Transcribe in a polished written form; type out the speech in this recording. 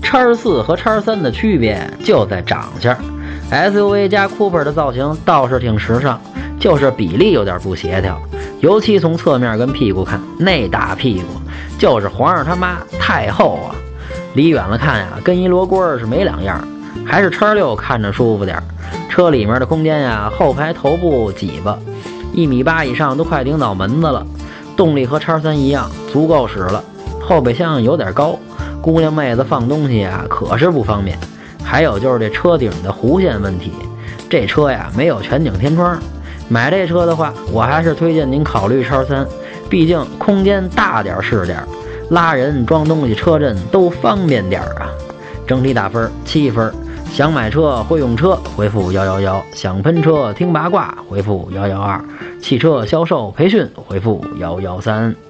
叉4和叉3的区别就在长相。SUV 加 Cooper 的造型倒是挺时尚，就是比例有点不协调，尤其从侧面跟屁股看，那大屁股就是皇上他妈太厚啊！离远了看呀，跟一罗锅是没两样，还是叉6看着舒服点。车里面的空间呀，后排头部挤吧，1.8米以上都快顶脑门子了。动力和叉3一样，足够使了。后备箱有点高，姑娘妹子放东西啊可是不方便。还有就是这车顶的弧线问题，这车呀没有全景天窗。买这车的话，我还是推荐您考虑叉3，毕竟空间大点是点，拉人装东西车震都方便点啊。整体打分7分。想买车会用车回复111，想喷车听八卦回复112，汽车销售培训回复113。